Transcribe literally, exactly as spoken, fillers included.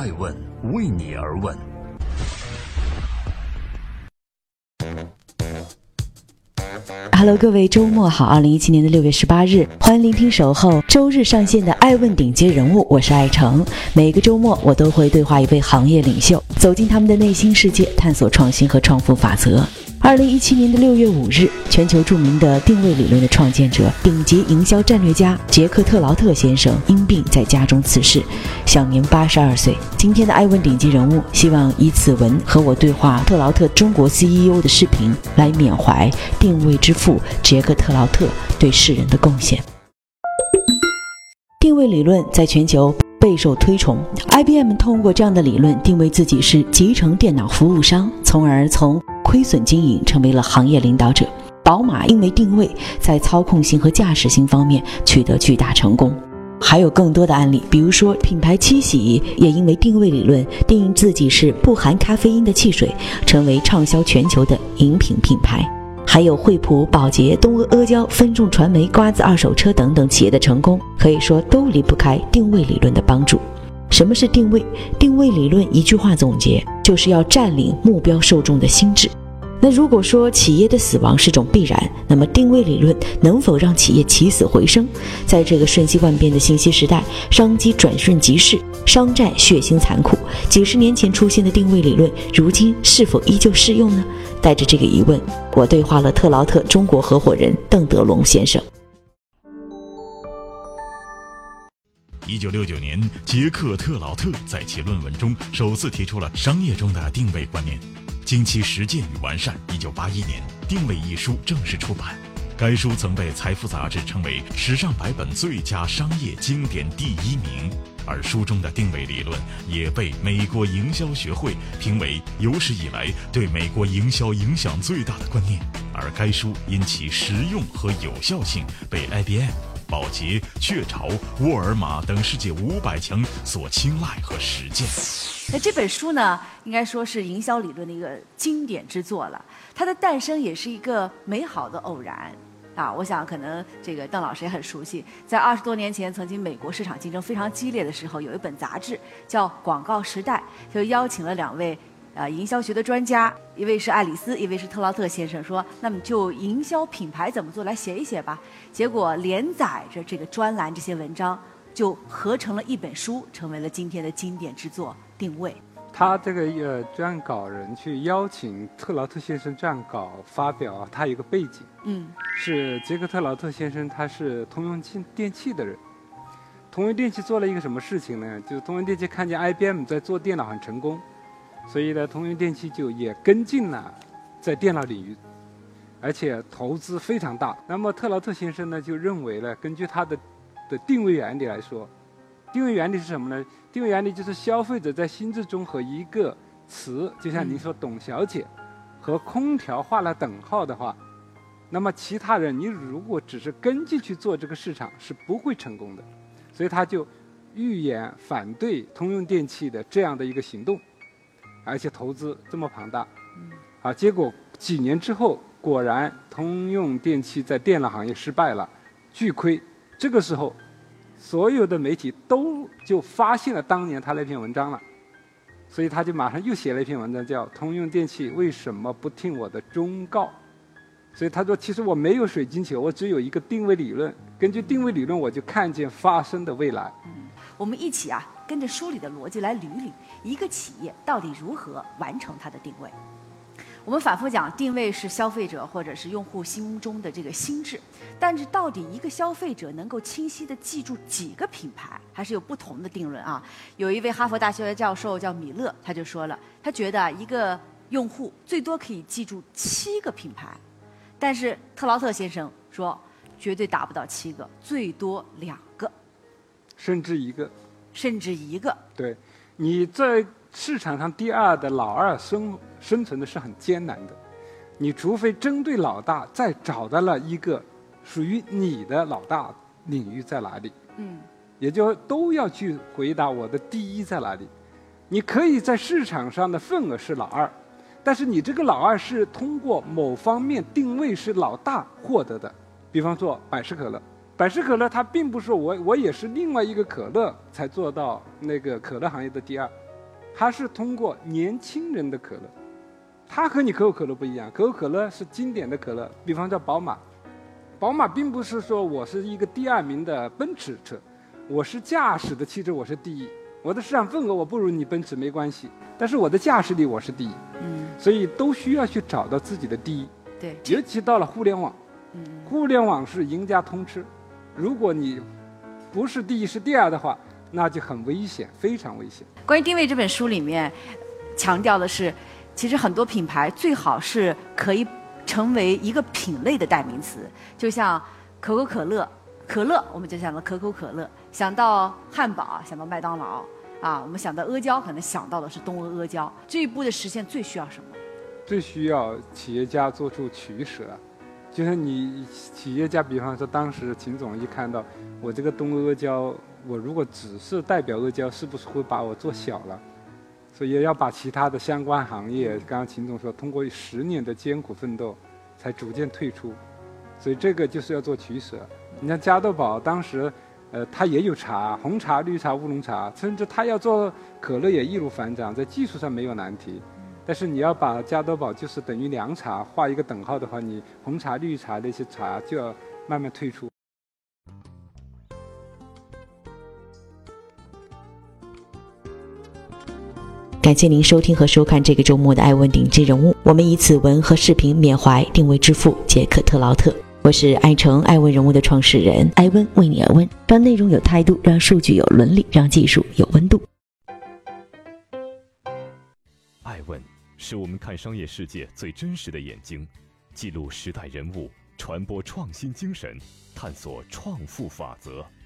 爱问为你而问。 Hello， 各位周末好！二零一七年的六月十八日，欢迎聆听守候周日上线的爱问顶级人物，我是爱成。每个周末我都会对话一位行业领袖，走进他们的内心世界，探索创新和创富法则。二零一七年的六月五日，全球著名的定位理论的创建者、顶级营销战略家杰克特劳特先生因病在家中辞世，享年八十二岁。今天的爱问顶级人物希望以此文和我对话特劳特中国 C E O 的视频，来缅怀定位之父杰克特劳特对世人的贡献。定位理论在全球备受推崇， I B M 通过这样的理论定位自己是集成电脑服务商，从而从亏损经营成为了行业领导者。宝马因为定位，在操控性和驾驶性方面取得巨大成功。还有更多的案例，比如说品牌七喜也因为定位理论定义自己是不含咖啡因的汽水，成为畅销全球的饮品品牌。还有惠普、宝洁、东阿阿胶、分众传媒、瓜子二手车等等企业的成功，可以说都离不开定位理论的帮助。什么是定位？定位理论一句话总结，就是要占领目标受众的心智。那如果说企业的死亡是种必然，那么定位理论能否让企业起死回生？在这个瞬息万变的信息时代，商机转瞬即逝，商战血腥残酷，几十年前出现的定位理论，如今是否依旧适用呢？带着这个疑问，我对话了特劳特中国合伙人邓德龙先生。 一九六九年，杰克特劳特在其论文中首次提出了商业中的定位观念。经其实践与完善，一九八一年《定位》一书正式出版。该书曾被《财富》杂志称为时尚百本最佳商业经典第一名，而书中的定位理论也被美国营销学会评为有史以来对美国营销影响最大的观念。而该书因其实用和有效性被 I B M、宝洁、雀巢、沃尔玛等世界五百强所青睐和实践。 那这本书呢，应该说是营销理论的一个经典之作了。它的诞生也是一个美好的偶然啊！我想可能这个邓老师也很熟悉，在二十多年前，曾经美国市场竞争非常激烈的时候，有一本杂志叫《广告时代》，就邀请了两位呃营销学的专家，一位是爱丽丝，一位是特劳特先生，说那么就营销品牌怎么做来写一写吧。结果连载着这个专栏这些文章，就合成了一本书，成为了今天的经典之作《定位》。 他这个呃撰稿人去邀请特劳特先生撰稿发表，他有一个背景， 嗯， 是杰克特劳特先生，他是通用电气的人。通用电气做了一个什么事情呢？就是通用电气看见 I B M 在做电脑很成功，所以呢，通用电气就也跟进了在电脑领域，而且投资非常大。那么特劳特先生呢，就认为呢，根据他的的定位原理来说，定位原理是什么呢？定位原理就是消费者在心智中和一个词，就像您说董小姐和空调画了等号的话，那么其他人你如果只是跟进去做这个市场是不会成功的。所以他就预言反对通用电气的这样的一个行动，而且投资这么庞大，啊，结果几年之后，果然通用电气在电脑行业失败了，巨亏。这个时候，所有的媒体都就发现了当年他那篇文章了，所以他就马上又写了一篇文章，叫《通用电气为什么不听我的忠告》。所以他说，其实我没有水晶球，我只有一个定位理论，根据定位理论，我就看见发生的未来。 嗯，我们一起啊，跟着书里的逻辑来捋捋，一个企业到底如何完成它的定位。我们反复讲，定位是消费者或者是用户心中的这个心智，但是到底一个消费者能够清晰地记住几个品牌，还是有不同的定论啊。有一位哈佛大学的教授叫米勒，他就说了，他觉得一个用户最多可以记住七个品牌，但是特劳特先生说，绝对达不到七个，最多两个， 甚至一个， 甚至一个。 对，你在市场上第二的老二生生存的是很艰难的，你除非针对老大再找到了一个属于你的老大领域在哪里， 嗯， 也就都要去回答我的第一在哪里。你可以在市场上的份额是老二，但是你这个老二是通过某方面定位是老大获得的，比方说百事可乐。百事可乐它并不是说我我也是另外一个可乐才做到那个可乐行业的第二， 它是通过年轻人的可乐，它和你可口可乐不一样，可口可乐是经典的可乐，比方叫宝马，宝马并不是说我是一个第二名的奔驰车，我是驾驶的汽车我是第一，我的市场份额我不如你奔驰没关系，但是我的驾驶力我是第一， 嗯， 所以都需要去找到自己的第一。 对， 尤其到了互联网， 嗯， 互联网是赢家通吃，如果你不是第一是第二的话，那就很危险，非常危险。 关于定位这本书里面强调的是，其实很多品牌最好是可以成为一个品类的代名词，就像可口可乐，可乐我们就想到可口可乐，想到汉堡想到麦当劳啊，我们想到阿胶可能想到的是东阿阿胶。这一步的实现最需要什么？ 最需要企业家做出取舍，就是你企业家，比方说当时秦总一看到我这个东阿阿胶，我如果只是代表阿胶，是不是会把我做小了？所以也要把其他的相关行业，刚刚秦总说，通过十年的艰苦奋斗，才逐渐退出。所以这个就是要做取舍。你像加多宝当时，呃，它也有茶，红茶、绿茶、乌龙茶，甚至它要做可乐也易如反掌，在技术上没有难题。但是你要把加多宝就是等于凉茶画一个等号的话，你红茶、绿茶那些茶就要慢慢退出。 感谢您收听和收看这个周末的《爱问顶级人物》，我们以此文和视频缅怀定位之父杰克特劳特。我是爱成爱问人物的创始人艾温，为你而问，让内容有态度，让数据有伦理，让技术有温度。 爱问是我们看商业世界最真实的眼睛，记录时代人物，传播创新精神，探索创富法则。